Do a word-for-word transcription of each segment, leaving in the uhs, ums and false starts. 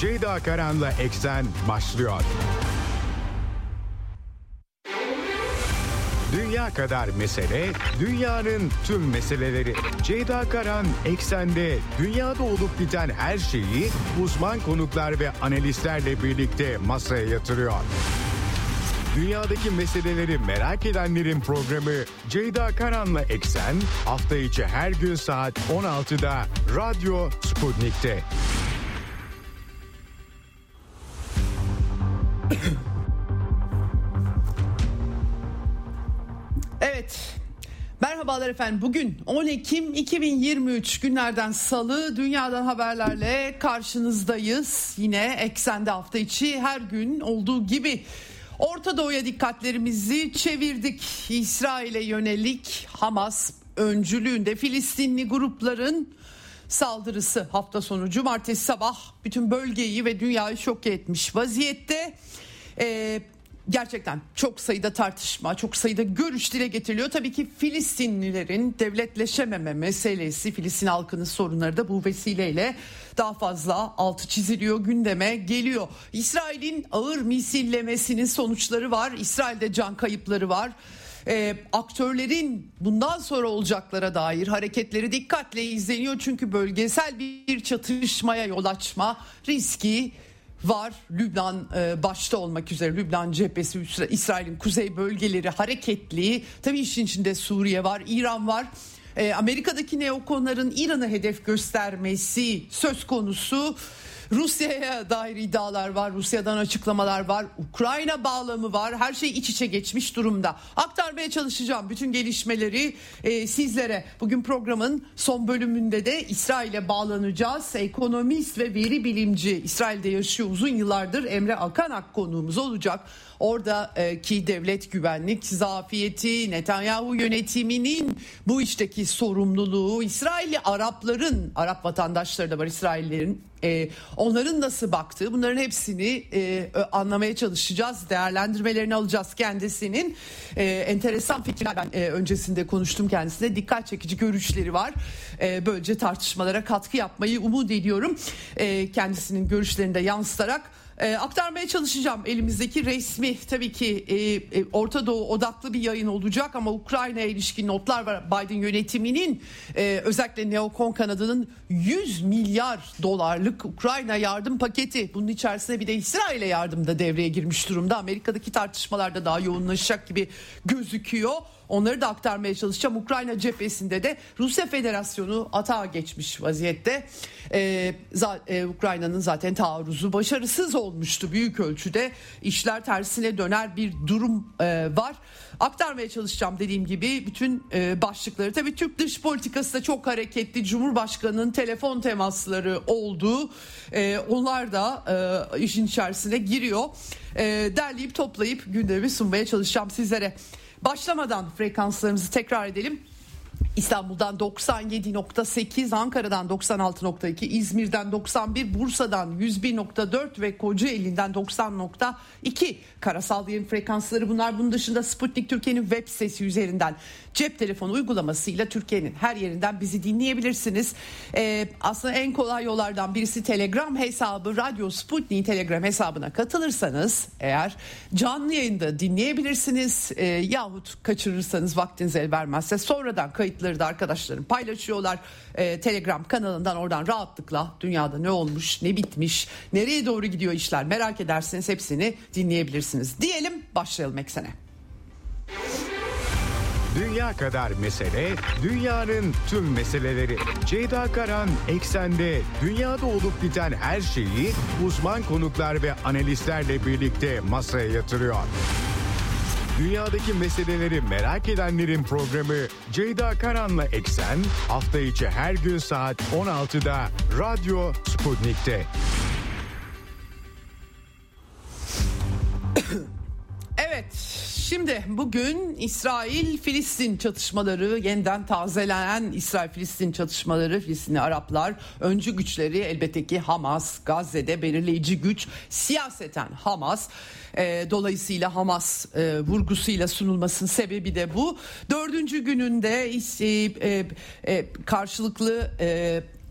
Ceyda Karan'la Eksen başlıyor. Dünya kadar mesele, dünyanın tüm meseleleri. Ceyda Karan Eksen'de dünyada olup biten her şeyi uzman konuklar ve analistlerle birlikte masaya yatırıyor. Dünyadaki meseleleri merak edenlerin programı Ceyda Karan'la Eksen hafta içi her gün saat on altıda Radyo Sputnik'te. Evet, merhabalar efendim. Bugün on Ekim iki bin yirmi üç günlerden salı, dünyadan haberlerle karşınızdayız. Yine Eksen'de hafta içi her gün olduğu gibi Orta Doğu'ya dikkatlerimizi çevirdik. İsrail'e yönelik Hamas öncülüğünde Filistinli grupların saldırısı hafta sonu cumartesi sabah bütün bölgeyi ve dünyayı şok etmiş vaziyette. Ee, Gerçekten çok sayıda tartışma, çok sayıda görüş dile getiriliyor. Tabii ki Filistinlilerin devletleşememe meselesi, Filistin halkının sorunları da bu vesileyle daha fazla altı çiziliyor, gündeme geliyor. İsrail'in ağır misillemesinin sonuçları var. İsrail'de can kayıpları var. E, aktörlerin bundan sonra olacaklara dair hareketleri dikkatle izleniyor. Çünkü bölgesel bir çatışmaya yol açma riski var. Lübnan e, başta olmak üzere Lübnan cephesi, İsrail'in kuzey bölgeleri hareketli. Tabii işin içinde Suriye var, İran var. E, Amerika'daki neokonların İran'ı hedef göstermesi söz konusu. Rusya'ya dair iddialar var, Rusya'dan açıklamalar var, Ukrayna bağlamı var, her şey iç içe geçmiş durumda. Aktarmaya çalışacağım bütün gelişmeleri e, sizlere. Bugün programın son bölümünde de İsrail'e bağlanacağız. Ekonomist ve veri bilimci, İsrail'de yaşıyor uzun yıllardır, Emre Akanak konuğumuz olacak. Oradaki devlet güvenlik zafiyeti, Netanyahu yönetiminin bu işteki sorumluluğu, İsrailli Arapların, Arap vatandaşları da var İsraillerin, e, onların nasıl baktığı, bunların hepsini e, anlamaya çalışacağız, değerlendirmelerini alacağız kendisinin. E, enteresan fikirler, ben e, öncesinde konuştum kendisine, dikkat çekici görüşleri var. E, böylece tartışmalara katkı yapmayı umut ediyorum. E, kendisinin görüşlerini de yansıtarak E, aktarmaya çalışacağım. Elimizdeki resmi tabii ki e, e, Orta Doğu odaklı bir yayın olacak ama Ukrayna'ya ilişkin notlar var. Biden yönetiminin e, özellikle neokon kanadının yüz milyar dolarlık Ukrayna yardım paketi. Bunun içerisine bir de İsrail'e yardım da devreye girmiş durumda. Amerika'daki tartışmalarda daha yoğunlaşacak gibi gözüküyor. Onları da aktarmaya çalışacağım. Ukrayna cephesinde de Rusya Federasyonu atağa geçmiş vaziyette. Ee, za- e, Ukrayna'nın zaten taarruzu başarısız olmuştu büyük ölçüde. İşler tersine döner bir durum e, var. Aktarmaya çalışacağım dediğim gibi bütün e, başlıkları. Tabii Türk dış politikası da çok hareketli. Cumhurbaşkanının telefon temasları oldu. E, onlar da e, işin içerisine giriyor. E, derleyip toplayıp gündemi sunmaya çalışacağım sizlere. Başlamadan frekanslarımızı tekrar edelim. İstanbul'dan doksan yedi nokta sekiz, Ankara'dan doksan altı nokta iki, İzmir'den doksan bir, Bursa'dan yüz bir nokta dört ve Kocaeli'nden doksan nokta iki karasal yayın frekansları bunlar. Bunun dışında Sputnik Türkiye'nin web sitesi üzerinden cep telefonu uygulamasıyla Türkiye'nin her yerinden bizi dinleyebilirsiniz. Ee, aslında en kolay yollardan birisi Telegram hesabı. Radyo Sputnik Telegram hesabına katılırsanız eğer canlı yayında dinleyebilirsiniz. Ee, yahut kaçırırsanız, vaktiniz el vermezse sonradan kayıtları da arkadaşlarım paylaşıyorlar. Ee, Telegram kanalından oradan rahatlıkla dünyada ne olmuş, ne bitmiş, nereye doğru gidiyor işler merak ederseniz hepsini dinleyebilirsiniz. Diyelim, başlayalım Eksen'e. Dünya kadar mesele, dünyanın tüm meseleleri. Ceyda Karan Eksen'de dünyada olup biten her şeyi uzman konuklar ve analistlerle birlikte masaya yatırıyor. Dünyadaki meseleleri merak edenlerin programı Ceyda Karan'la Eksen hafta içi her gün saat on altıda Radyo Sputnik'te. Evet, şimdi bugün İsrail-Filistin çatışmaları, yeniden tazelenen İsrail-Filistin çatışmaları, Filistinli Araplar, öncü güçleri elbette ki Hamas, Gazze'de belirleyici güç, siyaseten Hamas. E, dolayısıyla Hamas e, vurgusuyla sunulmasının sebebi de bu. Dördüncü gününde e, e, e, karşılıklı e,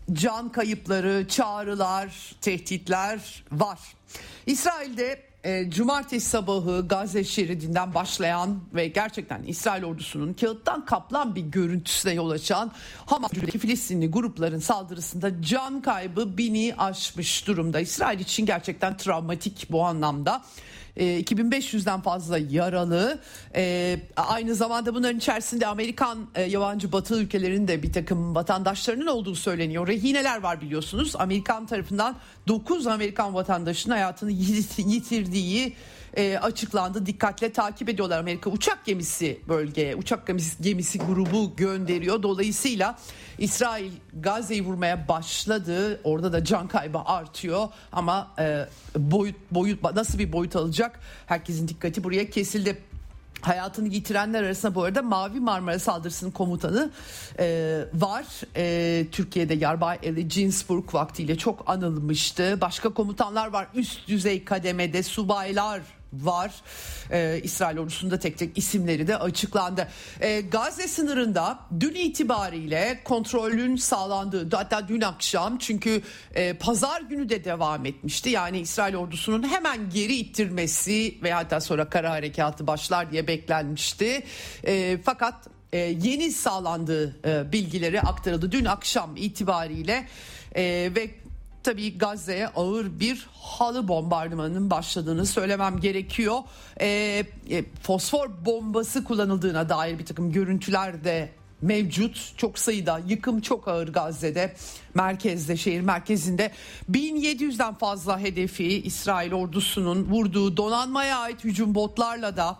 can kayıpları, çağrılar, tehditler var. İsrail'de e, cumartesi sabahı Gazze şeridinden başlayan ve gerçekten İsrail ordusunun kağıttan kaplan bir görüntüsüne yol açan Hamas'taki Filistinli grupların saldırısında can kaybı bini aşmış durumda. İsrail için gerçekten travmatik bu anlamda. iki bin beş yüzden fazla yaralı. Ee, aynı zamanda bunların içerisinde Amerikan, e, yabancı Batı ülkelerinin de bir takım vatandaşlarının olduğu söyleniyor. Rehineler var biliyorsunuz. Amerikan tarafından dokuz Amerikan vatandaşının hayatını yitirdiği e, açıklandı. Dikkatle takip ediyorlar. Amerika uçak gemisi bölgeye, uçak gemisi, gemisi grubu gönderiyor. Dolayısıyla İsrail Gazze'yi vurmaya başladı. Orada da can kaybı artıyor ama e, boyut boyut nasıl bir boyut alacak? Herkesin dikkati buraya kesildi. Hayatını yitirenler arasında bu arada Mavi Marmara saldırısının komutanı e, var. E, Türkiye'de Yarbay Eli Ginsburg vaktiyle çok anılmıştı. Başka komutanlar var. Üst düzey kademede subaylar var. Ee, İsrail ordusunda tek tek isimleri de açıklandı. Ee, Gazze sınırında dün itibariyle kontrolün sağlandığı, hatta dün akşam, çünkü e, pazar günü de devam etmişti. Yani İsrail ordusunun hemen geri ittirmesi ve hatta sonra kara harekatı başlar diye beklenmişti. E, fakat e, yeni sağlandığı e, bilgileri aktarıldı dün akşam itibariyle e, ve tabii Gazze'ye ağır bir halı bombardımanının başladığını söylemem gerekiyor. E, e, fosfor bombası kullanıldığına dair bir takım görüntüler de mevcut. Çok sayıda yıkım çok ağır Gazze'de, merkezde, şehir merkezinde. bin yedi yüzden fazla hedefi İsrail ordusunun vurduğu, donanmaya ait hücum botlarla da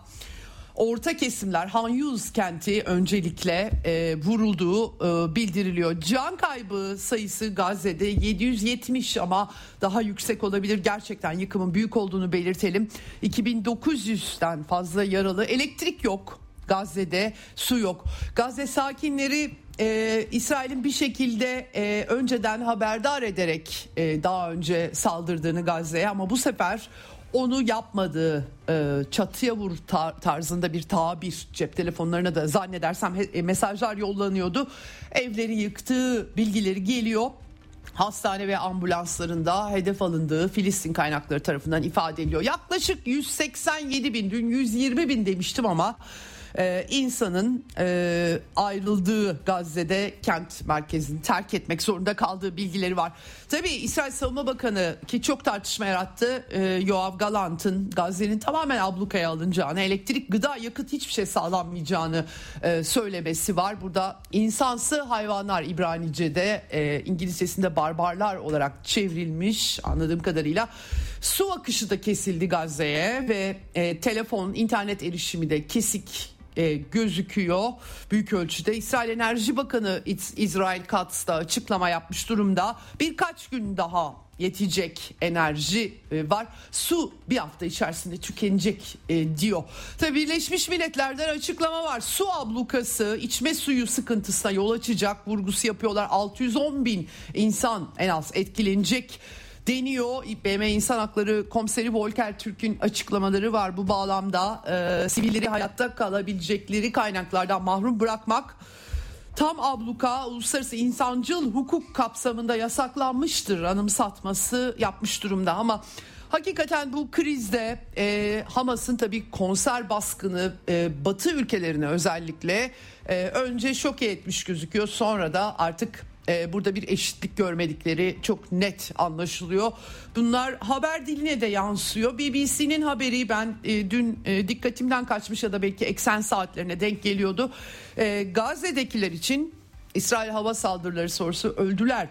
orta kesimler, Han Yunus kenti öncelikle e, vurulduğu e, bildiriliyor. Can kaybı sayısı Gazze'de yedi yüz yetmiş ama daha yüksek olabilir. Gerçekten yıkımın büyük olduğunu belirtelim. iki bin dokuz yüzden fazla yaralı. Elektrik yok Gazze'de, su yok. Gazze sakinleri Ee, İsrail'in bir şekilde e, önceden haberdar ederek e, daha önce saldırdığını Gazze'ye, ama bu sefer onu yapmadığı, e, çatıya vur tar- tarzında bir tabir, cep telefonlarına da zannedersem he- mesajlar yollanıyordu. Evleri yıktığı bilgileri geliyor. Hastane ve ambulanslarında hedef alındığı Filistin kaynakları tarafından ifade ediliyor. Yaklaşık yüz seksen yedi bin, dün yüz yirmi bin demiştim ama Ee, insanın e, ayrıldığı, Gazze'de kent merkezini terk etmek zorunda kaldığı bilgileri var. Tabii İsrail Savunma Bakanı, ki çok tartışma yarattı, e, Yoav Gallant'ın Gazze'nin tamamen ablukaya alınacağını, elektrik, gıda, yakıt, hiçbir şey sağlanmayacağını e, söylemesi var. Burada insansı hayvanlar, İbranice'de, e, İngilizcesinde barbarlar olarak çevrilmiş anladığım kadarıyla. Su akışı da kesildi Gazze'ye ve e, telefon, internet erişimi de kesik E, gözüküyor büyük ölçüde. İsrail Enerji Bakanı İsrail Katz da açıklama yapmış durumda. Birkaç gün daha yetecek enerji e, var. Su bir hafta içerisinde tükenecek e, diyor. Tabii Birleşmiş Milletler'den açıklama var. Su ablukası içme suyu sıkıntısına yol açacak vurgusu yapıyorlar. altı yüz on bin insan en az etkilenecek deniyor. B M İnsan Hakları Komiseri Volker Türk'ün açıklamaları var bu bağlamda. Ee, sivilleri hayatta kalabilecekleri kaynaklardan mahrum bırakmak tam abluka uluslararası insancıl hukuk kapsamında yasaklanmıştır anımsatması yapmış durumda. Ama hakikaten bu krizde e, Hamas'ın tabii konser baskını e, Batı ülkelerine özellikle e, önce şoke etmiş gözüküyor. Sonra da artık Ee, burada bir eşitlik görmedikleri çok net anlaşılıyor. Bunlar haber diline de yansıyor. B B C'nin haberi, ben e, dün e, dikkatimden kaçmış ya da belki eksen saatlerine denk geliyordu. E, Gazze'dekiler için İsrail hava saldırıları sonrası öldüler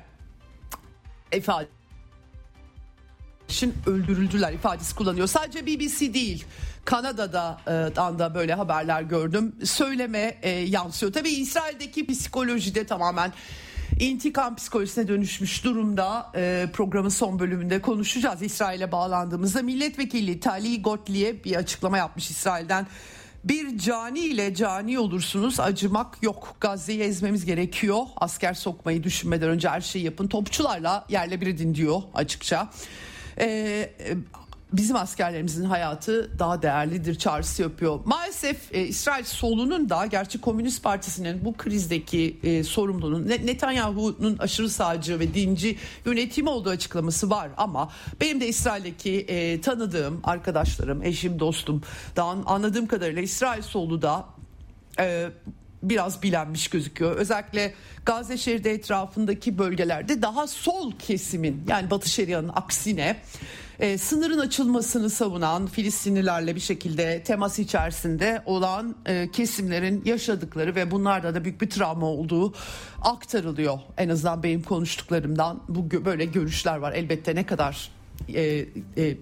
ifade için öldürüldüler ifadesi kullanıyor. Sadece B B C değil, Kanada'dan da böyle haberler gördüm. Söyleme e, yansıyor. Tabii İsrail'deki psikolojide tamamen İntikam psikolojisine dönüşmüş durumda. E, programın son bölümünde konuşacağız. İsrail'e bağlandığımızda milletvekili Tali Gottlieb bir açıklama yapmış İsrail'den. Bir cani ile cani olursunuz, acımak yok. Gazze'yi ezmemiz gerekiyor. Asker sokmayı düşünmeden önce her şeyi yapın. Topçularla yerle bir edin diyor açıkça. E, bizim askerlerimizin hayatı daha değerlidir çağrısı yapıyor. Maalesef e, İsrail solunun da, gerçi Komünist Partisi'nin bu krizdeki e, sorumluluğunun Netanyahu'nun aşırı sağcı ve dinci yönetimi olduğu açıklaması var. Ama benim de İsrail'deki e, tanıdığım arkadaşlarım, eşim, dostum, daha anladığım kadarıyla İsrail solu da e, biraz bilenmiş gözüküyor. Özellikle Gazze şeridi etrafındaki bölgelerde daha sol kesimin, yani Batı Şeria'nın aksine e, sınırın açılmasını savunan, Filistinlilerle bir şekilde temas içerisinde olan e, kesimlerin yaşadıkları ve bunlarda da büyük bir travma olduğu aktarılıyor. En azından benim konuştuklarımdan bu böyle görüşler var. Elbette ne kadar e, e,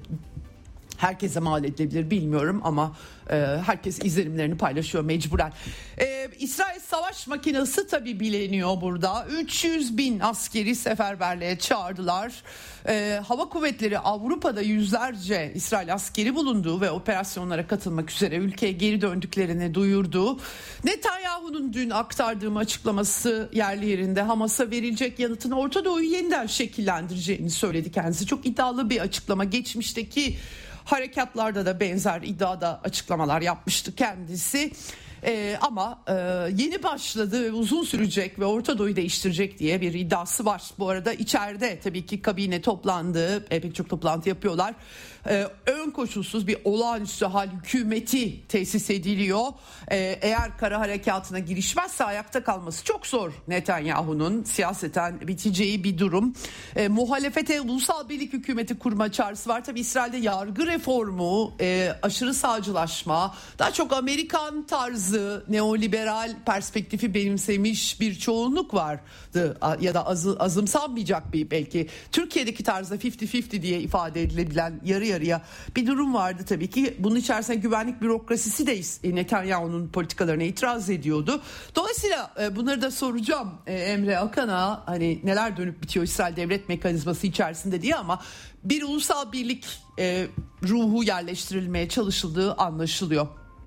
herkese mal edilebilir bilmiyorum ama e, herkes izlenimlerini paylaşıyor mecburen. E, İsrail savaş makinesi tabii bileniyor burada. üç yüz bin askeri seferberliğe çağırdılar. E, Hava Kuvvetleri Avrupa'da yüzlerce İsrail askeri bulunduğu ve operasyonlara katılmak üzere ülkeye geri döndüklerini duyurdu. Netanyahu'nun dün aktardığım açıklaması yerli yerinde. Hamas'a verilecek yanıtın Orta Doğu'yu yeniden şekillendireceğini söyledi kendisi. Çok iddialı bir açıklama. Geçmişteki harekatlarda da benzer iddiada açıklamalar yapmıştı kendisi. Ee, ama e, yeni başladı ve uzun sürecek ve Orta Doğu'yu değiştirecek diye bir iddiası var. Bu arada içeride tabii ki kabine toplandı, e, pek çok toplantı yapıyorlar. Ee, ön koşulsuz bir olağanüstü hal hükümeti tesis ediliyor. Ee, eğer kara harekatına girişmezse ayakta kalması çok zor. Netanyahu'nun siyaseten biteceği bir durum. Ee, muhalefete ulusal birlik hükümeti kurma çağrısı var. Tabii İsrail'de yargı reformu, e, aşırı sağcılaşma, daha çok Amerikan tarzı neoliberal perspektifi benimsemiş bir çoğunluk vardı. Ya da azı, azımsanmayacak bir, belki Türkiye'deki tarzda elli elli diye ifade edilebilen yarı yarıya bir durum vardı tabii ki. Bunun içerisinde güvenlik bürokrasisi de Netanyahu'nun politikalarına itiraz ediyordu. Dolayısıyla bunları da soracağım Emre Akan'a, hani neler dönüp bitiyor İsrail devlet mekanizması içerisinde diye, ama bir ulusal birlik e, ruhu yerleştirilmeye çalışıldığı anlaşılıyor.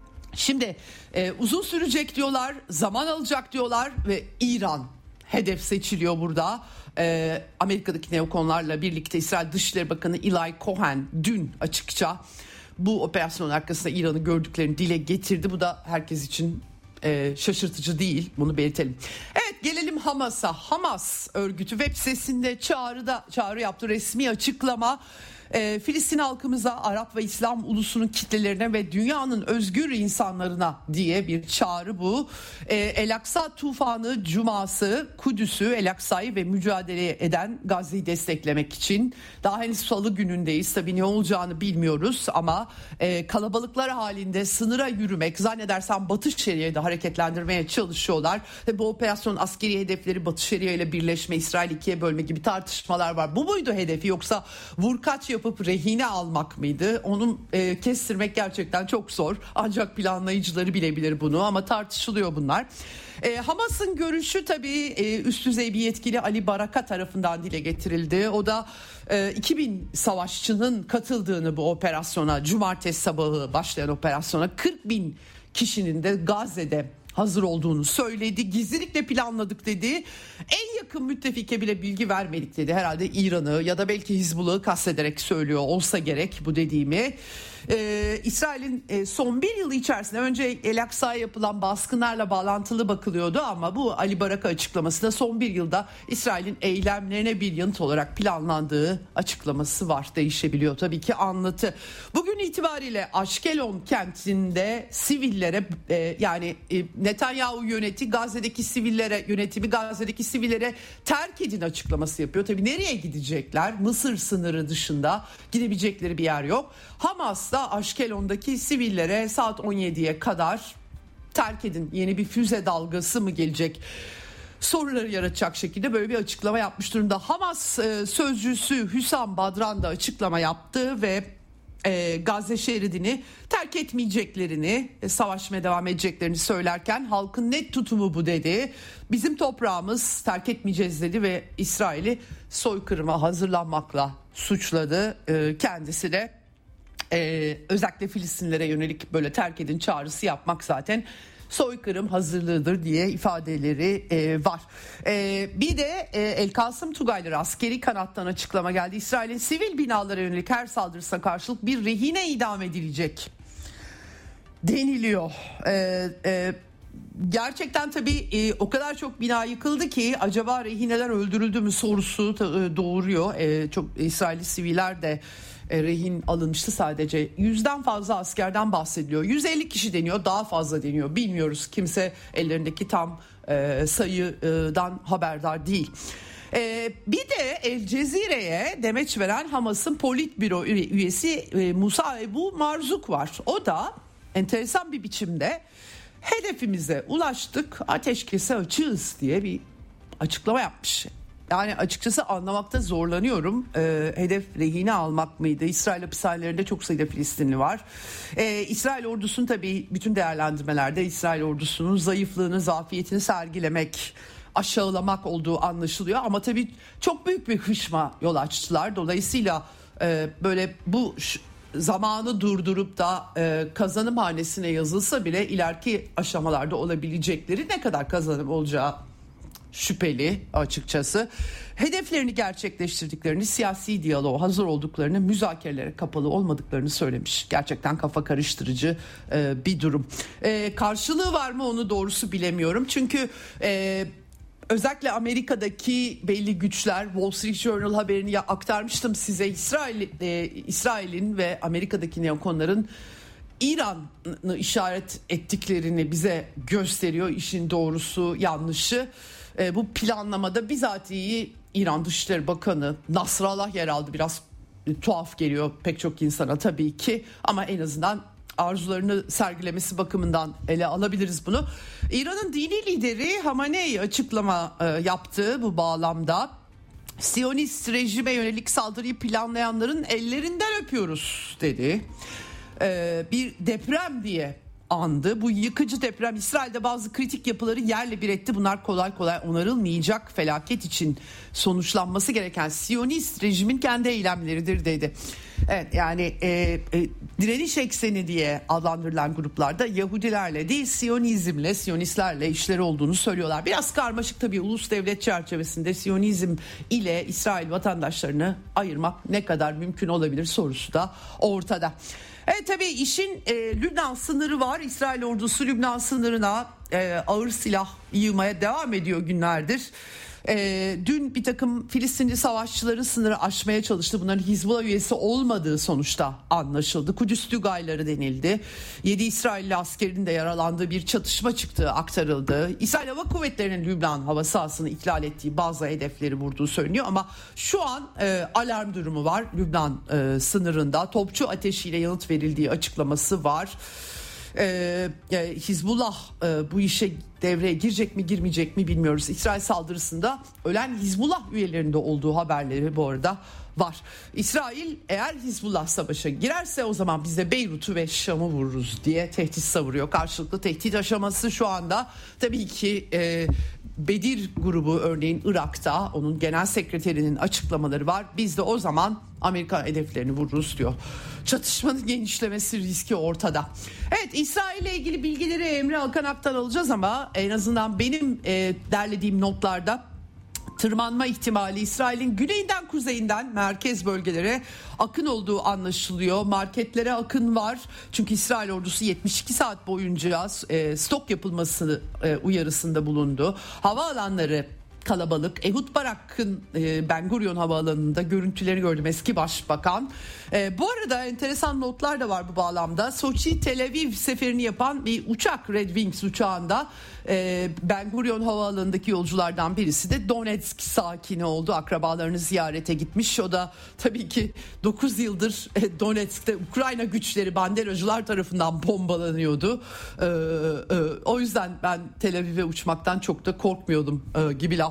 Şimdi e, uzun sürecek diyorlar, zaman alacak diyorlar ve İran hedef seçiliyor burada. Ee, Amerika'daki neokonlarla birlikte İsrail Dışişleri Bakanı Eli Cohen dün açıkça bu operasyon arkasında İran'ı gördüklerini dile getirdi. Bu da herkes için e, şaşırtıcı değil, bunu belirtelim. Evet, gelelim Hamas'a. Hamas örgütü web sitesinde çağrıda çağrı yaptı, resmi açıklama. E, Filistin halkımıza, Arap ve İslam ulusunun kitlelerine ve dünyanın özgür insanlarına diye bir çağrı bu. E, El Aksa tufanı cuması Kudüs'ü, El Aksa'yı ve mücadele eden Gazze'yi desteklemek için. Daha henüz salı günündeyiz, tabii ne olacağını bilmiyoruz ama e, kalabalıklar halinde sınıra yürümek, zannedersem Batı Şeria'yı da hareketlendirmeye çalışıyorlar. Ve bu operasyon askeri hedefleri Batı Şeria ile birleşme, İsrail ikiye bölme gibi tartışmalar var. Bu muydu hedefi, yoksa vurkaç yapıp rehine almak mıydı? Onu e, kestirmek gerçekten çok zor. Ancak planlayıcıları bilebilir bunu, ama tartışılıyor bunlar. E, Hamas'ın görüşü tabii e, üst düzey bir yetkili Ali Baraka tarafından dile getirildi. O da e, iki bin savaşçının katıldığını bu operasyona, cumartesi sabahı başlayan operasyona kırk bin kişinin de Gazze'de hazır olduğunu söyledi. Gizlilikle planladık dedi. En yakın müttefike bile bilgi vermedik dedi. Herhalde İran'ı ya da belki Hizbullah'ı kastederek söylüyor olsa gerek bu dediğimi. Ee, İsrail'in e, son bir yıl içerisinde önce El Aksa'ya yapılan baskınlarla bağlantılı bakılıyordu, ama bu Ali Baraka açıklamasında son bir yılda İsrail'in eylemlerine bir yanıt olarak planlandığı açıklaması var. Değişebiliyor tabii ki anlatı. Bugün itibariyle Ashkelon kentinde sivillere e, yani e, Netanyahu yöneti Gazze'deki sivillere, yönetimi Gazze'deki sivillere terk edin açıklaması yapıyor. Tabii nereye gidecekler? Mısır sınırı dışında gidebilecekleri bir yer yok. Hamas da Ashkelon'daki sivillere saat on yediye kadar terk edin, yeni bir füze dalgası mı gelecek soruları yaratacak şekilde böyle bir açıklama yapmış durumda. Hamas e, sözcüsü Hüsam Badran da açıklama yaptı ve e, Gazze şeridini terk etmeyeceklerini, e, savaşmaya devam edeceklerini söylerken halkın net tutumu bu dedi. Bizim toprağımız, terk etmeyeceğiz dedi ve İsrail'i soykırıma hazırlanmakla suçladı. E, kendisi de Ee, özellikle Filistinlilere yönelik böyle terk edin çağrısı yapmak zaten soykırım hazırlığıdır diye ifadeleri e, var. E, bir de e, El Kasım Tugayları askeri kanattan açıklama geldi. İsrail'in sivil binalara yönelik her saldırısına karşılık bir rehine idam edilecek deniliyor. E, e, gerçekten tabii e, o kadar çok bina yıkıldı ki acaba rehineler öldürüldü mü sorusu e, doğuruyor. E, çok İsrailli siviller de e, rehin alınmıştı sadece. Yüzden fazla askerden bahsediliyor. yüz elli kişi deniyor, daha fazla deniyor. Bilmiyoruz, kimse ellerindeki tam e, sayıdan haberdar değil. Ee, bir de El Cezire'ye demeç veren Hamas'ın politbüro üyesi e, Musa Ebu Marzuk var. O da enteresan bir biçimde hedefimize ulaştık, ateşkese açığız diye bir açıklama yapmış. Yani açıkçası anlamakta zorlanıyorum. Ee, hedef rehine almak mıydı? İsrail hapishanelerinde çok sayıda Filistinli var. Ee, İsrail ordusunun tabii bütün değerlendirmelerde İsrail ordusunun zayıflığını, zafiyetini sergilemek, aşağılamak olduğu anlaşılıyor. Ama tabii çok büyük bir hışma yol açtılar. Dolayısıyla e, böyle bu ş- zamanı durdurup da e, kazanım hanesine yazılsa bile ileriki aşamalarda olabilecekleri, ne kadar kazanım olacağı şüpheli açıkçası. Hedeflerini gerçekleştirdiklerini, siyasi diyaloğa hazır olduklarını, müzakerelere kapalı olmadıklarını söylemiş. Gerçekten kafa karıştırıcı e, bir durum. E, karşılığı var mı onu doğrusu bilemiyorum. Çünkü e, özellikle Amerika'daki belli güçler, Wall Street Journal haberini aktarmıştım size. İsrail, e, İsrail'in ve Amerika'daki neokonların İran'ı işaret ettiklerini bize gösteriyor. İşin doğrusu yanlışı. E, bu planlamada bizatihi İran Dışişleri Bakanı Nasrallah yer aldı. Biraz e, tuhaf geliyor pek çok insana tabii ki, ama en azından arzularını sergilemesi bakımından ele alabiliriz bunu. İran'ın dini lideri Hamaney açıklama e, yaptı bu bağlamda. Siyonist rejime yönelik saldırıyı planlayanların ellerinden öpüyoruz dedi. E, bir deprem diye andı. Bu yıkıcı deprem İsrail'de bazı kritik yapıları yerle bir etti. Bunlar kolay kolay onarılmayacak, felaket için sonuçlanması gereken Siyonist rejimin kendi eylemleridir dedi. Evet, yani e, e, direniş ekseni diye adlandırılan gruplarda Yahudilerle değil Siyonizmle, Siyonistlerle işleri olduğunu söylüyorlar. Biraz karmaşık tabii, ulus devlet çerçevesinde Siyonizm ile İsrail vatandaşlarını ayırmak ne kadar mümkün olabilir sorusu da ortada. Evet, tabii işin e, Lübnan sınırı var. İsrail ordusu Lübnan sınırına e, ağır silah yığmaya devam ediyor günlerdir. E, dün bir takım Filistinli savaşçıların sınırı aşmaya çalıştı. Bunların Hizbullah üyesi olmadığı sonuçta anlaşıldı. Kudüs Tugayları denildi. yedi İsrailli askerin de yaralandığı bir çatışma çıktığı aktarıldı. İsrail Hava Kuvvetleri'nin Lübnan hava sahasını ihlal ettiği bazı hedefleri vurduğu söyleniyor. Ama şu an e, alarm durumu var Lübnan e, sınırında. Topçu ateşiyle yanıt verildiği açıklaması var. Ee, Hizbullah e, bu işe devreye girecek mi girmeyecek mi bilmiyoruz. İsrail saldırısında ölen Hizbullah üyelerinde olduğu haberleri bu arada var. İsrail eğer Hizbullah savaşa girerse o zaman biz de Beyrut'u ve Şam'ı vururuz diye tehdit savuruyor. Karşılıklı tehdit aşaması şu anda tabii ki e, Bedir grubu örneğin Irak'ta, onun genel sekreterinin açıklamaları var. Biz de o zaman Amerika hedeflerini vururuz diyor. Çatışmanın genişlemesi riski ortada. Evet, İsrail ile ilgili bilgileri Emre Alkanak'tan alacağız ama en azından benim e, derlediğim notlarda tırmanma ihtimali İsrail'in güneyinden kuzeyinden merkez bölgelere akın olduğu anlaşılıyor. Marketlere akın var. Çünkü İsrail ordusu yetmiş iki saat boyunca e, stok yapılması e, uyarısında bulundu. Havaalanları kalabalık. Ehud Barak'ın e, Ben Gurion Havaalanı'nda görüntüleri gördüm eski başbakan. E, bu arada enteresan notlar da var bu bağlamda. Soçi Tel Aviv seferini yapan bir uçak, Red Wings uçağında e, Ben Gurion Havaalanı'ndaki yolculardan birisi de Donetsk sakini oldu. Akrabalarını ziyarete gitmiş. O da tabii ki dokuz yıldır e, Donetsk'te Ukrayna güçleri, banderacılar tarafından bombalanıyordu. E, e, o yüzden ben Tel Aviv'e uçmaktan çok da korkmuyordum e, gibi laf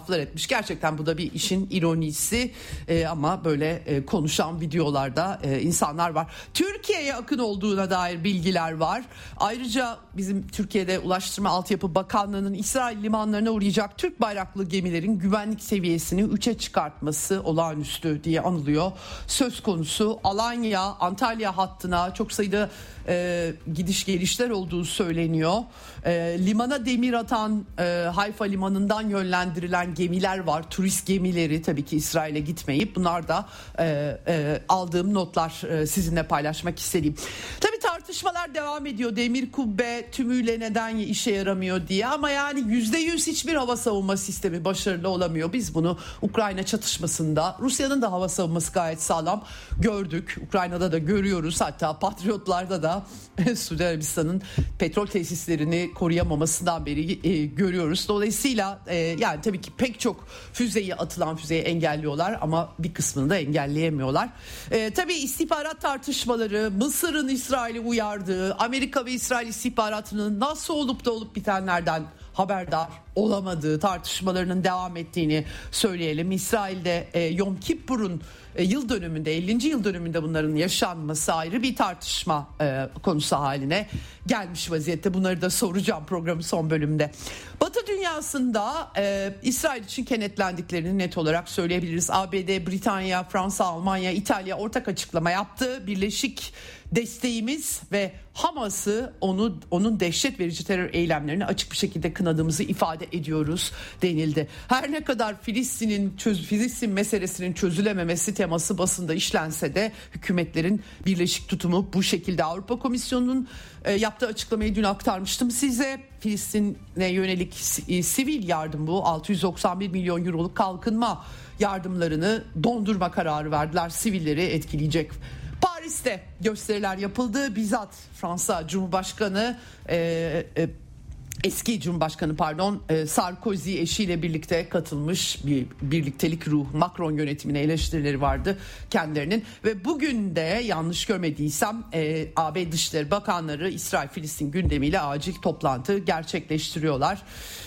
laflar etmiş. Gerçekten bu da bir işin ironisi e, ama böyle e, konuşan videolarda e, insanlar var. Türkiye'ye akın olduğuna dair bilgiler var. Ayrıca bizim Türkiye'de Ulaştırma Altyapı Bakanlığı'nın İsrail limanlarına uğrayacak Türk bayraklı gemilerin güvenlik seviyesini üçe çıkartması olağanüstü diye anılıyor. Söz konusu Alanya, Antalya hattına çok sayıda e, gidiş gelişler olduğu söyleniyor. E, limana demir atan e, Hayfa limanından yönlendirilen gemiler var. Turist gemileri, tabii ki İsrail'e gitmeyip, bunlar da e, e, aldığım notlar, e, sizinle paylaşmak istediğim. Tabii tartışmalar devam ediyor. Demir kubbe tümüyle neden işe yaramıyor diye, ama yani yüzde yüz hiçbir hava savunma sistemi başarılı olamıyor. Biz bunu Ukrayna çatışmasında, Rusya'nın da hava savunması gayet sağlam gördük. Ukrayna'da da görüyoruz. Hatta Patriotlar'da da Suudi Arabistan'ın petrol tesislerini koruyamamasından beri e, görüyoruz. Dolayısıyla e, yani tabii ki pek çok füzeyi, atılan füzeyi engelliyorlar ama bir kısmını da engelleyemiyorlar. E, tabii istihbarat tartışmaları, Mısır'ın İsrail'i uyardığı, Amerika ve İsrail istihbaratının nasıl olup da olup bitenlerden haberdar olamadığı tartışmalarının devam ettiğini söyleyelim. İsrail'de e, Yom Kippur'un e, yıl dönümünde, ellinci yıl dönümünde bunların yaşanması ayrı bir tartışma e, konusu haline gelmiş vaziyette. Bunları da soracağım programın son bölümünde. Batı dünyasında e, İsrail için kenetlendiklerini net olarak söyleyebiliriz. A B D, Britanya, Fransa, Almanya, İtalya ortak açıklama yaptı. Birleşik desteğimiz ve Hamas'ı, onu onun dehşet verici terör eylemlerini açık bir şekilde kınadığımızı ifade ediyoruz denildi. Her ne kadar Filistin'in çöz, Filistin meselesinin çözülememesi teması basında işlense de hükümetlerin birleşik tutumu bu şekilde. Avrupa Komisyonu'nun e, yaptığı açıklamayı dün aktarmıştım size. Filistin'e yönelik e, sivil yardım bu. altı yüz doksan bir milyon euroluk kalkınma yardımlarını dondurma kararı verdiler. Sivilleri etkileyecek. Paris'te gösteriler yapıldı. Bizzat Fransa Cumhurbaşkanı e, e, eski Cumhurbaşkanı pardon e, Sarkozy eşiyle birlikte katılmış, bir birliktelik ruh, Macron yönetimine eleştirileri vardı kendilerinin ve bugün de yanlış görmediysem e, A B Dışişleri Bakanları İsrail-Filistin gündemiyle acil toplantı gerçekleştiriyorlar.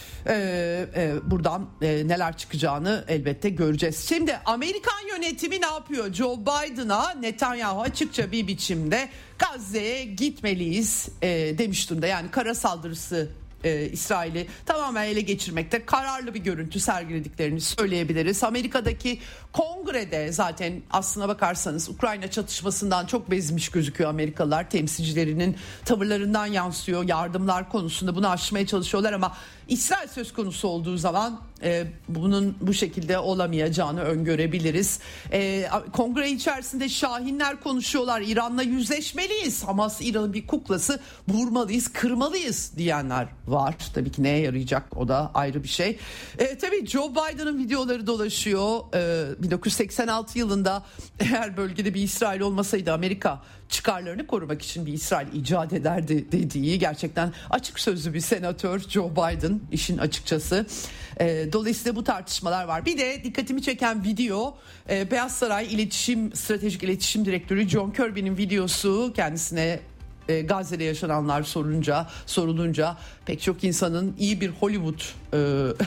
Ee, e, buradan e, neler çıkacağını elbette göreceğiz. Şimdi Amerikan yönetimi ne yapıyor? Joe Biden'a Netanyahu açıkça bir biçimde Gazze'ye gitmeliyiz e, demiş durumda. Yani kara saldırısı e, İsrail'i tamamen ele geçirmekte kararlı bir görüntü sergilediklerini söyleyebiliriz. Amerika'daki Kongrede zaten aslına bakarsanız Ukrayna çatışmasından çok bezmiş gözüküyor Amerikalılar. Temsilcilerinin tavırlarından yansıyor. Yardımlar konusunda bunu aşmaya çalışıyorlar ama İsrail söz konusu olduğu zaman e, bunun bu şekilde olamayacağını öngörebiliriz. E, Kongre içerisinde şahinler konuşuyorlar. İran'la yüzleşmeliyiz. Hamas İran'ın bir kuklası, vurmalıyız, kırmalıyız diyenler var. Tabii ki neye yarayacak, o da ayrı bir şey. E, tabii Joe Biden'ın videoları dolaşıyor. E, bin dokuz yüz seksen altı yılında eğer bölgede bir İsrail olmasaydı Amerika çıkarlarını korumak için bir İsrail icat ederdi dediği gerçekten açık sözlü bir senatör Joe Biden işin açıkçası. E, dolayısıyla bu tartışmalar var. Bir de dikkatimi çeken video e, Beyaz Saray İletişim Stratejik İletişim Direktörü John Kirby'nin videosu. Kendisine E, Gazze'de yaşananlar sorunca, sorulunca pek çok insanın iyi bir Hollywood e,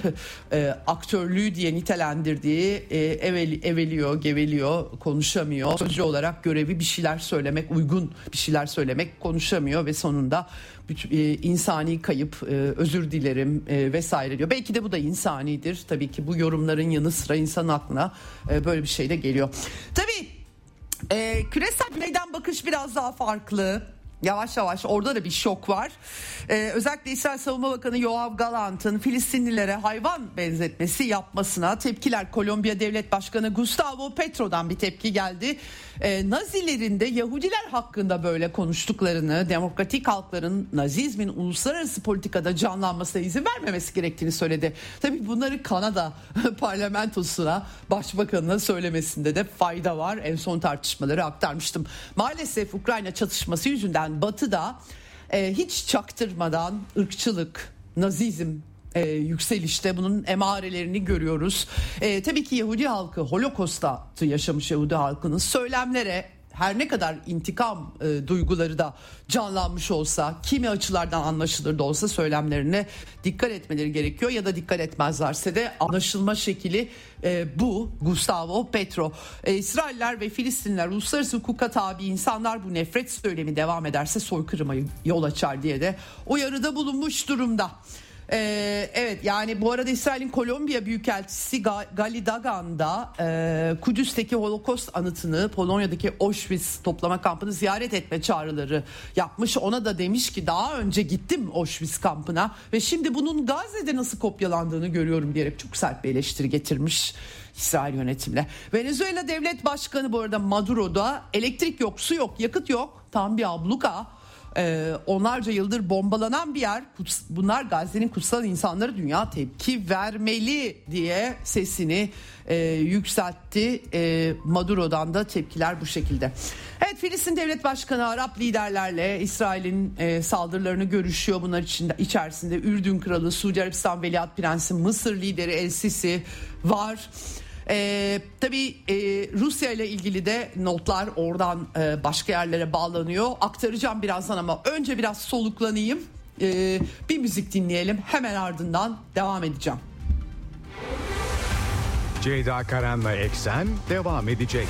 e, aktörlüğü diye nitelendirdiği e, evel, eveliyor, geveliyor, konuşamıyor. Sözcü olarak görevi bir şeyler söylemek, uygun bir şeyler söylemek, konuşamıyor ve sonunda bütün, e, insani kayıp, e, özür dilerim e, vesaire diyor. Belki de bu da insanidir. Tabii ki bu yorumların yanı sıra insanın aklına e, böyle bir şey de geliyor. Tabii e, küresel güneyden bakış biraz daha farklı. Yavaş yavaş orada da bir şok var. Ee, özellikle İsrail Savunma Bakanı Yoav Gallant'ın Filistinlilere hayvan benzetmesi yapmasına tepkiler. Kolombiya Devlet Başkanı Gustavo Petro'dan bir tepki geldi. Ee, Nazilerin de Yahudiler hakkında böyle konuştuklarını, demokratik halkların Nazizmin uluslararası politikada canlanmasına izin vermemesi gerektiğini söyledi. Tabii bunları Kanada parlamentosuna, başbakanına söylemesinde de fayda var. En son tartışmaları aktarmıştım. Maalesef Ukrayna çatışması yüzünden Batı'da e, hiç çaktırmadan ırkçılık, nazizm e, yükselişte, bunun emarelerini görüyoruz. E, tabii ki Yahudi halkı, Holokost'ta yaşamış Yahudi halkının söylemlere her ne kadar intikam e, duyguları da canlanmış olsa, kimi açılardan anlaşılır da olsa söylemlerine dikkat etmeleri gerekiyor ya da dikkat etmezlerse de anlaşılma şekli e, bu. Gustavo Petro. E, İsrailler ve Filistinler uluslararası hukuka tabi insanlar, bu nefret söylemi devam ederse soykırıma yol açar diye de uyarıda bulunmuş durumda. Ee, evet, yani bu arada İsrail'in Kolombiya Büyükelçisi Gali Dagan da e, Kudüs'teki Holocaust anıtını, Polonya'daki Auschwitz toplama kampını ziyaret etme çağrıları yapmış. Ona da demiş ki daha önce gittim Auschwitz kampına ve şimdi bunun Gazze'de nasıl kopyalandığını görüyorum diyerek çok sert bir eleştiri getirmiş İsrail yönetimine. Venezuela Devlet Başkanı bu arada Maduro da elektrik yok, su yok, yakıt yok, tam bir abluka. Ee, onlarca yıldır bombalanan bir yer. Bunlar Gazze'nin kutsal insanları, dünya tepki vermeli diye sesini e, yükseltti. E, Maduro'dan da tepkiler bu şekilde. Evet, Filistin Devlet Başkanı Arap liderlerle İsrail'in e, saldırılarını görüşüyor. Bunlar içinde, içerisinde Ürdün Kralı, Suudi Arabistan Veliaht Prensi, Mısır lideri El Sisi var. Ee, tabii e, Rusya ile ilgili de notlar oradan e, başka yerlere bağlanıyor. Aktaracağım birazdan ama önce biraz soluklanayım. Ee, bir müzik dinleyelim, hemen ardından devam edeceğim. Ceyda Karan'la Eksen devam edecek.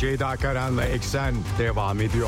Ceyda Karan'la Eksen devam ediyor.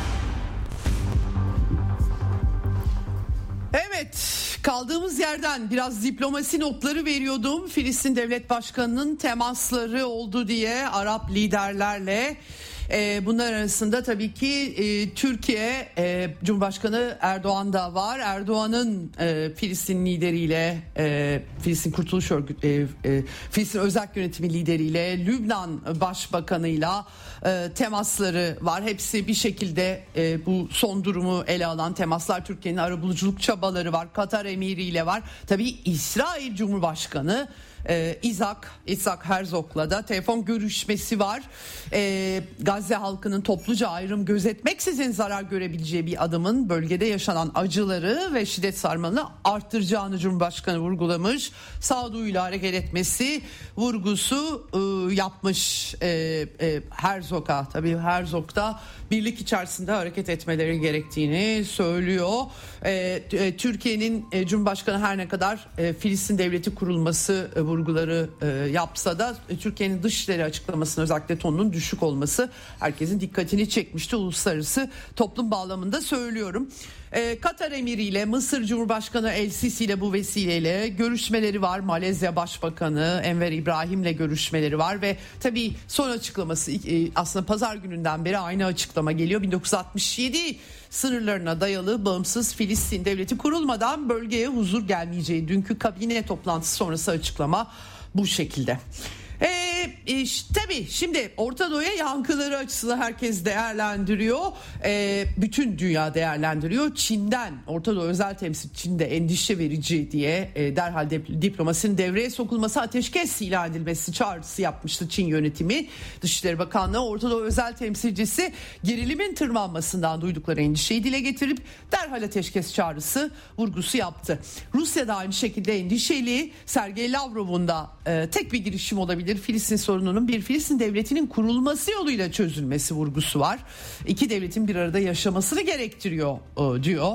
Evet, kaldığımız yerden biraz diplomasi notları veriyordum. Filistin Devlet Başkanı'nın temasları oldu diye Arap liderlerle. E, bunlar arasında tabii ki e, Türkiye e, Cumhurbaşkanı Erdoğan da var. Erdoğan'ın e, Filistin lideriyle, e, Filistin Kurtuluş Örgütü, e, e, Filistin Özerk Yönetimi lideriyle, Lübnan Başbakanı'yla e, temasları var. Hepsi bir şekilde e, bu son durumu ele alan temaslar. Türkiye'nin arabuluculuk çabaları var. Katar Emiri ile var. Tabii İsrail Cumhurbaşkanı Ee, İzak, İzak Herzog'la da telefon görüşmesi var. Ee, Gazze halkının topluca ayrım gözetmeksizin zarar görebileceği bir adımın bölgede yaşanan acıları ve şiddet sarmalını arttıracağını Cumhurbaşkanı vurgulamış. Sağduyuyla hareket etmesi vurgusu e, yapmış e, e, Herzog'a. Tabii Herzog da birlik içerisinde hareket etmeleri gerektiğini söylüyor. E, e, Türkiye'nin e, Cumhurbaşkanı her ne kadar e, Filistin devleti kurulması e, vurguları e, yapsa da e, Türkiye'nin dışişleri açıklamasının özellikle tonunun düşük olması herkesin dikkatini çekmişti. Uluslararası toplum bağlamında söylüyorum. E, Katar Emiri ile Mısır Cumhurbaşkanı El Sisi ile bu vesileyle görüşmeleri var. Malezya Başbakanı Enver İbrahim ile görüşmeleri var ve tabii son açıklaması e, aslında pazar gününden beri aynı açıklama geliyor. bin dokuz yüz altmış yedi sınırlarına dayalı bağımsız Filistin devleti kurulmadan bölgeye huzur gelmeyeceği dünkü kabine toplantısı sonrası açıklama bu şekilde. Ee, e, tabii şimdi Orta Doğu'ya yankıları açısından herkes değerlendiriyor. Ee, bütün dünya değerlendiriyor. Çin'den Orta Doğu özel temsil Çin'de endişe verici diye e, derhal de, diplomasinin devreye sokulması, ateşkes ilan edilmesi çağrısı yapmıştı Çin yönetimi. Dışişleri Bakanlığı Orta Doğu özel temsilcisi gerilimin tırmanmasından duydukları endişeyi dile getirip derhal ateşkes çağrısı vurgusu yaptı. Rusya da aynı şekilde endişeli. Sergey Lavrov'un da e, tek bir girişim olabilir. Filistin sorununun bir Filistin devletinin kurulması yoluyla çözülmesi vurgusu var. İki devletin bir arada yaşamasını gerektiriyor diyor.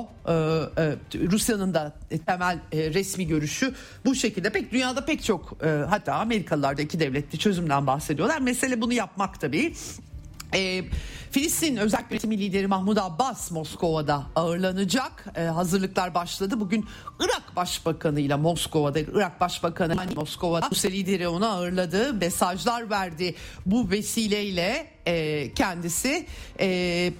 Rusya'nın da temel resmi görüşü bu şekilde. Pek dünyada pek çok, hatta Amerikalılar da iki devletli çözümden bahsediyorlar. Mesele bunu yapmak tabii. E, Filistin Özerk Yönetimi lideri Mahmud Abbas Moskova'da ağırlanacak. E, hazırlıklar başladı. Bugün Irak Başbakanı ile Moskova'da, Irak Başbakanı hani Moskova'da Rusya lideri onu ağırladı. Mesajlar verdi bu vesileyle e, kendisi. E,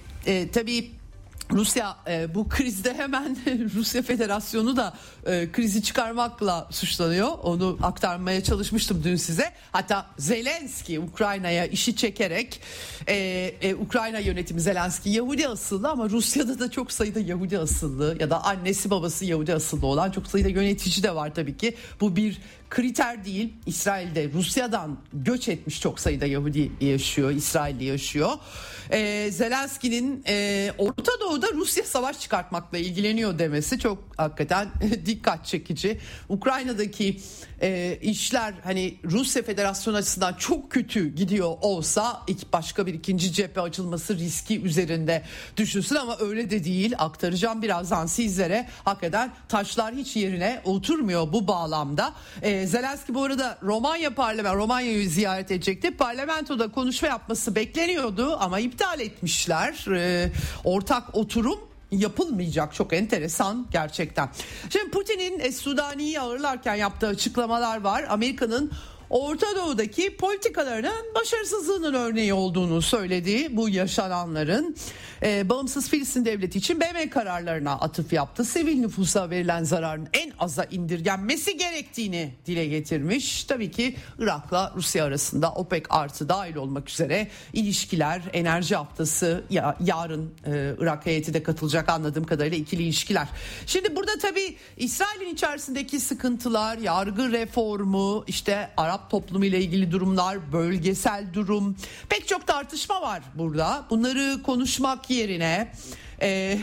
e, tabii Rusya e, bu krizde hemen Rusya Federasyonu da e, krizi çıkarmakla suçlanıyor. Onu aktarmaya çalışmıştım dün size. Hatta Zelenski Ukrayna'ya işi çekerek e, e, Ukrayna yönetimi Zelenski Yahudi asıllı ama Rusya'da da çok sayıda Yahudi asıllı ya da annesi babası Yahudi asıllı olan çok sayıda yönetici de var tabii ki. Bu bir kriter değil. İsrail'de Rusya'dan göç etmiş çok sayıda Yahudi yaşıyor, İsrailli yaşıyor. Ee, Zelenski'nin e, Orta Doğu'da Rusya savaş çıkartmakla ilgileniyor demesi çok hakikaten dikkat çekici. Ukrayna'daki e, işler hani Rusya Federasyonu açısından çok kötü gidiyor olsa ilk başka bir ikinci cephe açılması riski üzerinde düşünsün ama öyle de değil. Aktaracağım birazdan sizlere. Hakikaten taşlar hiç yerine oturmuyor bu bağlamda. E, Zelenski bu arada Romanya parlamento Romanya'yı ziyaret edecekti. Parlamentoda konuşma yapması bekleniyordu ama iptal etmişler. E, ortak oturum yapılmayacak. Çok enteresan gerçekten. Şimdi Putin'in e, Sudani'yi ağırlarken yaptığı açıklamalar var. Amerika'nın Orta Doğu'daki politikalarının başarısızlığının örneği olduğunu söylediği bu yaşananların e, bağımsız Filistin devleti için B M kararlarına atıf yaptı. Sivil nüfusa verilen zararın en aza indirgenmesi gerektiğini dile getirmiş. Tabii ki Irak'la Rusya arasında OPEC artı dahil olmak üzere ilişkiler, enerji haftası ya, yarın e, Irak heyeti de katılacak anladığım kadarıyla ikili ilişkiler. Şimdi burada tabii İsrail'in içerisindeki sıkıntılar, yargı reformu, işte Arap toplumu ile ilgili durumlar, bölgesel durum, pek çok tartışma var burada. Bunları konuşmak yerine e,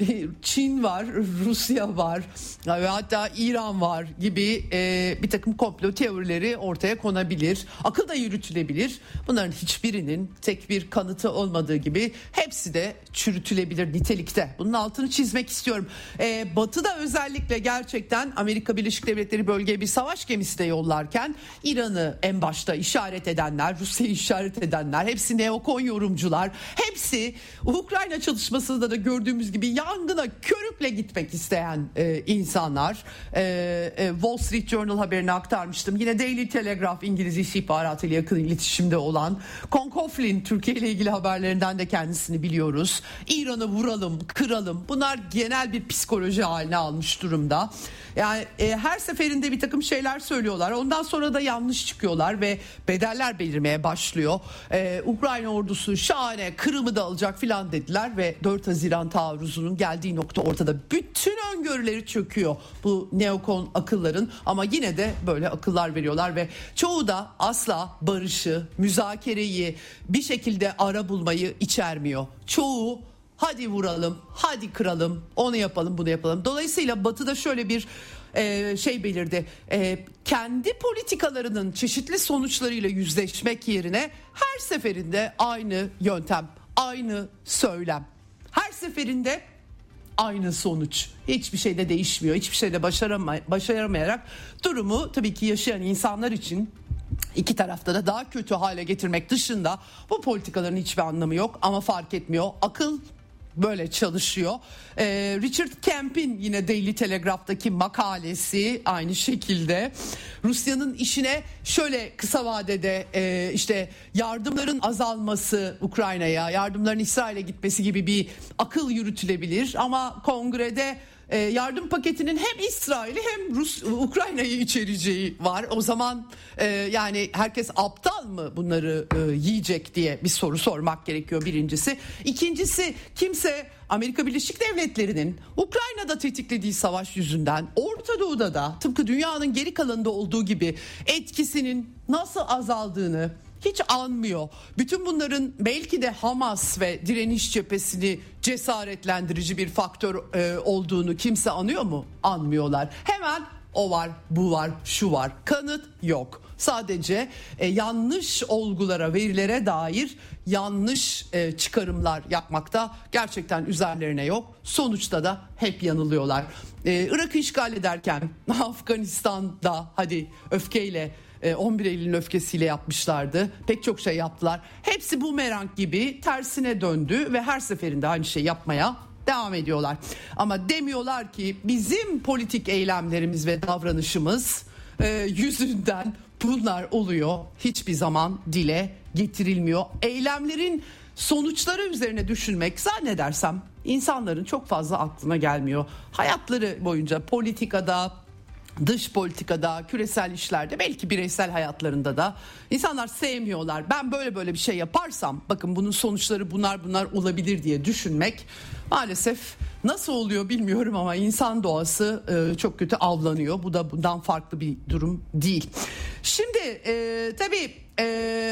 Çin var, Rusya var ve hatta İran var gibi e, bir takım komplo teorileri ortaya konabilir. Akıl da yürütülebilir. Bunların hiçbirinin tek bir kanıtı olmadığı gibi hepsi de çürütülebilir nitelikte. Bunun altını çizmek istiyorum. E, Batı'da özellikle gerçekten Amerika Birleşik Devletleri bölgeye bir savaş gemisi de yollarken İran'ı en başta işaret edenler, Rusya'yı işaret edenler, hepsi neokon yorumcular, hepsi Ukrayna çalışmasında da gördüğümüz gibi yangına körükle gitmek isteyen e, insanlar. E, e, Wall Street Journal haberini aktarmıştım. Yine Daily Telegraph İngiliz istihbaratıyla yakın iletişimde olan Con Coughlin Türkiye ile ilgili haberlerinden de kendisini biliyoruz. İran'ı vuralım, kıralım. Bunlar genel bir psikoloji haline almış durumda. Yani e, her seferinde bir takım şeyler söylüyorlar. Ondan sonra da yanlış çıkıyorlar ve bedeller belirmeye başlıyor. E, Ukrayna ordusu şahane, Kırım'ı da alacak filan dediler ve dört Haziran taarruzunun geldiği nokta ortada. Bütün öngörüleri çöküyor bu neokon akılların, ama yine de böyle akıllar veriyorlar ve çoğu da asla barışı, müzakereyi, bir şekilde ara bulmayı içermiyor. Çoğu hadi vuralım, hadi kıralım, onu yapalım, bunu yapalım. Dolayısıyla Batı'da şöyle bir e, şey belirdi. E, kendi politikalarının çeşitli sonuçlarıyla yüzleşmek yerine her seferinde aynı yöntem, aynı söylem. Her seferinde aynı sonuç. Hiçbir şey de değişmiyor. Hiçbir şey de başaramay- başaramayarak durumu tabii ki yaşayan insanlar için İki tarafta da daha kötü hale getirmek dışında bu politikaların hiçbir anlamı yok, ama fark etmiyor. Akıl böyle çalışıyor. Ee, Richard Kemp'in yine Daily Telegraph'taki makalesi aynı şekilde Rusya'nın işine şöyle kısa vadede e, işte yardımların azalması Ukrayna'ya, yardımların İsrail'e gitmesi gibi bir akıl yürütülebilir, ama kongrede e, yardım paketinin hem İsrail'i hem Rus Ukrayna'yı içereceği var. O zaman e, yani herkes aptal mı bunları e, yiyecek diye bir soru sormak gerekiyor birincisi. İkincisi, kimse Amerika Birleşik Devletleri'nin Ukrayna'da tetiklediği savaş yüzünden Orta Doğu'da da tıpkı dünyanın geri kalanında olduğu gibi etkisinin nasıl azaldığını hiç anmıyor. Bütün bunların belki de Hamas ve direniş cephesini cesaretlendirici bir faktör e, olduğunu kimse anıyor mu? Anmıyorlar. Hemen o var, bu var, şu var. Kanıt yok. Sadece e, yanlış olgulara, verilere dair yanlış e, çıkarımlar yapmakta gerçekten üzerlerine yok. Sonuçta da hep yanılıyorlar. E, Irak'ı işgal ederken Afganistan'da hadi öfkeyle, on bir Eylül'ün öfkesiyle yapmışlardı. Pek çok şey yaptılar. Hepsi bumerang gibi tersine döndü ve her seferinde aynı şey yapmaya devam ediyorlar. Ama demiyorlar ki bizim politik eylemlerimiz ve davranışımız e, yüzünden bunlar oluyor. Hiçbir zaman dile getirilmiyor. Eylemlerin sonuçları üzerine düşünmek zannedersem insanların çok fazla aklına gelmiyor. Hayatları boyunca politikada, dış politikada, küresel işlerde, belki bireysel hayatlarında da insanlar sevmiyorlar. Ben böyle böyle bir şey yaparsam bakın bunun sonuçları bunlar bunlar olabilir diye düşünmek maalesef nasıl oluyor bilmiyorum, ama insan doğası e, çok kötü avlanıyor. Bu da bundan farklı bir durum değil. Şimdi e, tabii e,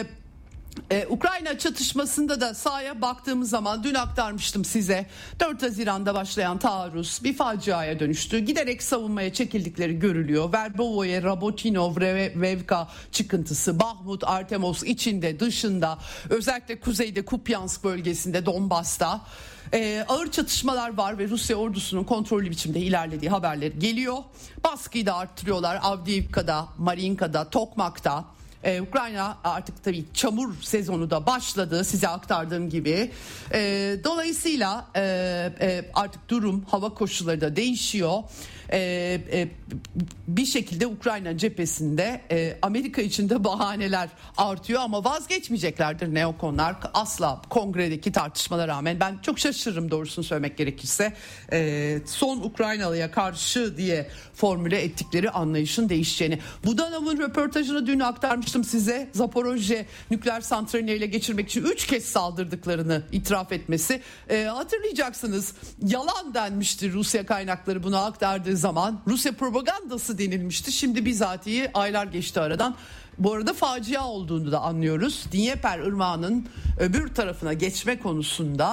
Ee, Ukrayna çatışmasında da sahaya baktığımız zaman dün aktarmıştım size, dört Haziran'da başlayan taarruz bir faciaya dönüştü. Giderek savunmaya çekildikleri görülüyor. Verbovoye, Rabotinov, Revka çıkıntısı, Bahmut, Artemos içinde dışında, özellikle kuzeyde Kupyansk bölgesinde, Donbas'ta Ee, ağır çatışmalar var ve Rusya ordusunun kontrollü biçimde ilerlediği haberleri geliyor. Baskıyı da arttırıyorlar Avdiivka'da, Mariinka'da, Tokmak'ta. Ee, Ukrayna artık tabii çamur sezonu da başladı, size aktardığım gibi. Ee, dolayısıyla e, e, artık durum, hava koşulları da değişiyor. Ee, e, bir şekilde Ukrayna cephesinde e, Amerika için de bahaneler artıyor, ama vazgeçmeyeceklerdir neokonlar asla, kongredeki tartışmalara rağmen. Ben çok şaşırırım doğrusunu söylemek gerekirse, e, son Ukraynalıya karşı diye formüle ettikleri anlayışın değişeceğini. Budanov'un röportajını dün aktarmıştım size. Zaporojye nükleer santralini ele geçirmek için üç kez saldırdıklarını itiraf etmesi. E, hatırlayacaksınız, yalan denmişti Rusya kaynakları bunu aktardığı zaman. Rusya propagandası denilmişti. Şimdi bizatihi aylar geçti aradan. Bu arada facia olduğunu da anlıyoruz. Dnieper Irmağı'nın öbür tarafına geçme konusunda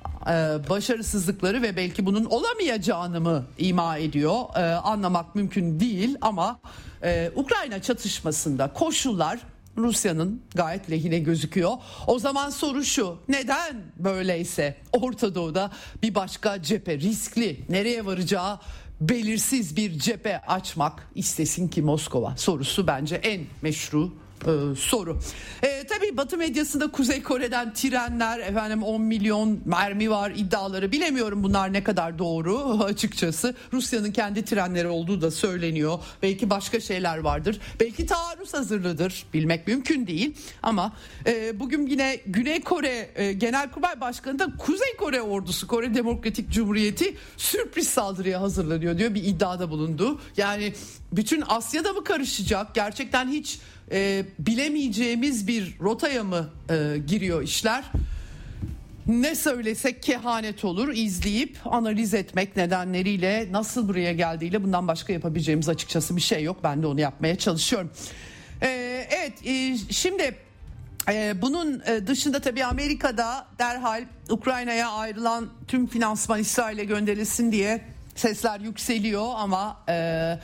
başarısızlıkları ve belki bunun olamayacağını mı ima ediyor anlamak mümkün değil ama Ukrayna çatışmasında koşullar Rusya'nın gayet lehine gözüküyor. O zaman soru şu: neden böyleyse Orta Doğu'da bir başka cephe, riskli, nereye varacağı belirsiz bir cephe açmak istesin ki Moskova sorusu bence en meşru Ee, soru. Ee, tabii Batı medyasında Kuzey Kore'den trenler, efendim on milyon mermi var iddiaları, bilemiyorum bunlar ne kadar doğru açıkçası. Rusya'nın kendi trenleri olduğu da söyleniyor. Belki başka şeyler vardır. Belki taarruz hazırlığıdır. Bilmek mümkün değil. Ama e, bugün yine Güney Kore e, Genelkurmay Başkanı da Kuzey Kore ordusu, Kore Demokratik Cumhuriyeti sürpriz saldırıya hazırlanıyor diyor, bir iddiada bulundu. Yani bütün Asya'da mı karışacak? Gerçekten hiç e, bilemeyeceğimiz bir rotaya mı e, giriyor işler? Ne söylesek kehanet olur. İzleyip analiz etmek, nedenleriyle nasıl buraya geldiğiyle bundan başka yapabileceğimiz açıkçası bir şey yok. Ben de onu yapmaya çalışıyorum. E, evet e, şimdi e, bunun dışında tabii Amerika'da derhal Ukrayna'ya ayrılan tüm finansman İsrail'e gönderilsin diye sesler yükseliyor ama e,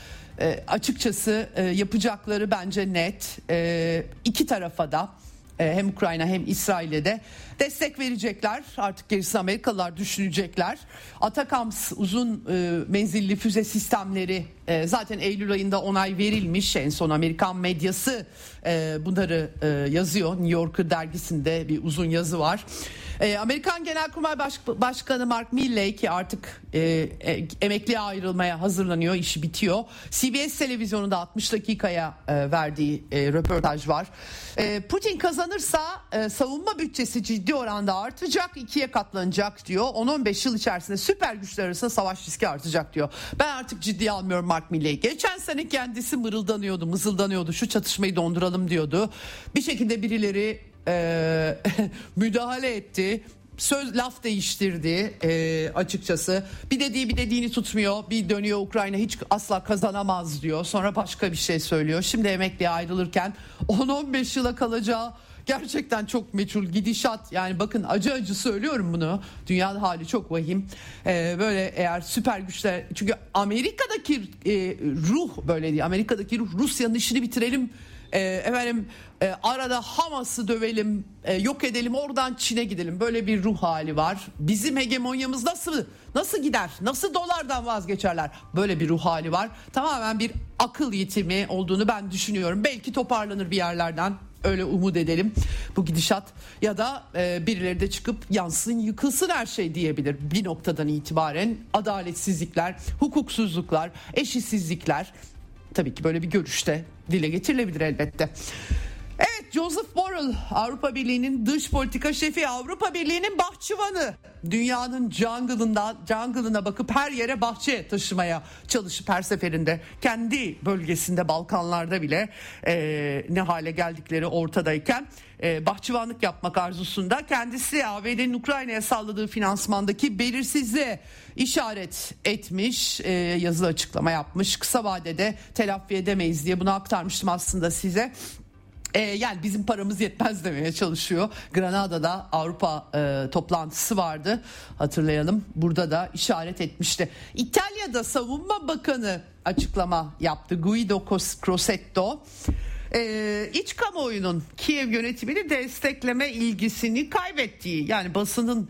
e, açıkçası e, yapacakları bence net. E, iki tarafa da e, hem Ukrayna hem İsrail'e de destek verecekler. Artık gerisini Amerikalılar düşünecekler. Atakams uzun e, menzilli füze sistemleri e, zaten Eylül ayında onay verilmiş. En son Amerikan medyası e, bunları e, yazıyor. New Yorker dergisinde bir uzun yazı var. E, Amerikan Genelkurmay Baş, Başkanı Mark Milley ki artık e, e, emekliye ayrılmaya hazırlanıyor, işi bitiyor. C B S televizyonunda altmış dakikaya e, verdiği e, röportaj var. E, Putin kazanırsa e, savunma bütçesi ciddi oranda artacak, ikiye katlanacak diyor. on on beş yıl içerisinde süper güçler arasında savaş riski artacak diyor. Ben artık ciddiye almıyorum Mark Milley'i. Geçen sene kendisi mırıldanıyordu, mızıldanıyordu. Şu çatışmayı donduralım diyordu. Bir şekilde birileri e, müdahale etti. Söz laf değiştirdi e, açıkçası. Bir dediği bir dediğini tutmuyor. Bir dönüyor Ukrayna hiç asla kazanamaz diyor. Sonra başka bir şey söylüyor. Şimdi emekliye ayrılırken on on beş yıla kalacağı gerçekten çok meçhul gidişat. Yani bakın acı acı söylüyorum bunu. Dünya hali çok vahim. Ee, böyle eğer süper güçler, çünkü Amerika'daki e, ruh böyle değil. Amerika'daki ruh Rusya'nın işini bitirelim. E, efendim e, arada Hamas'ı dövelim, e, yok edelim, oradan Çin'e gidelim. Böyle bir ruh hali var. Bizim hegemonyamız nasıl nasıl gider? Nasıl dolardan vazgeçerler? Böyle bir ruh hali var. Tamamen bir akıl yitimi olduğunu ben düşünüyorum. Belki toparlanır bir yerlerden. Öyle umut edelim bu gidişat, ya da e, birileri de çıkıp yansın yıkılsın her şey diyebilir. Bir noktadan itibaren adaletsizlikler, hukuksuzluklar, eşitsizlikler, tabii ki böyle bir görüşte dile getirilebilir elbette. Evet, Joseph Borrell Avrupa Birliği'nin dış politika şefi, Avrupa Birliği'nin bahçıvanı. Dünyanın jungle'ından jungle'ına bakıp her yere bahçe taşımaya çalışıp her seferinde kendi bölgesinde Balkanlarda bile e, ne hale geldikleri ortadayken e, bahçıvanlık yapmak arzusunda, kendisi A B D'nin Ukrayna'ya sağladığı finansmandaki belirsizliğe işaret etmiş, e, yazılı açıklama yapmış. Kısa vadede telafi edemeyiz diye bunu aktarmıştım aslında size. Ee, yani bizim paramız yetmez demeye çalışıyor. Granada'da Avrupa e, toplantısı vardı, hatırlayalım. Burada da işaret etmişti. İtalya'da Savunma Bakanı açıklama yaptı, Guido Crosetto. Ee, iç kamuoyunun Kiev yönetimini destekleme ilgisini kaybettiği, yani basının